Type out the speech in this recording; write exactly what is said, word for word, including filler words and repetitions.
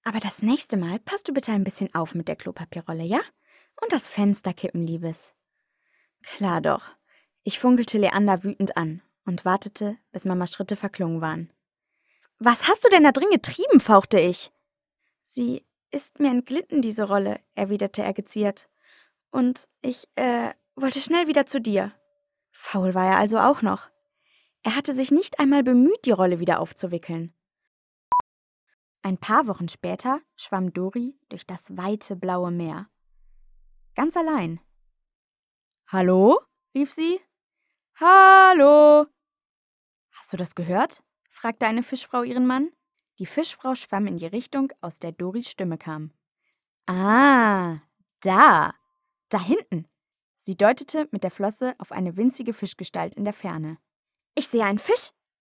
Aber das nächste Mal passt du bitte ein bisschen auf mit der Klopapierrolle, ja? Und das Fenster kippen, Liebes. Klar doch. Ich funkelte Leander wütend an und wartete, bis Mamas Schritte verklungen waren. Was hast du denn da drin getrieben, fauchte ich. Sie ist mir entglitten, diese Rolle, erwiderte er geziert. Und ich, äh, wollte schnell wieder zu dir. Faul war er also auch noch. Er hatte sich nicht einmal bemüht, die Rolle wieder aufzuwickeln. Ein paar Wochen später schwamm Dori durch das weite blaue Meer. Ganz allein. »Hallo?« rief sie. »Hallo!« »Hast du das gehört?« fragte eine Fischfrau ihren Mann. Die Fischfrau schwamm in die Richtung, aus der Doris Stimme kam. »Ah, da, da hinten!« Sie deutete mit der Flosse auf eine winzige Fischgestalt in der Ferne. »Ich sehe einen Fisch«,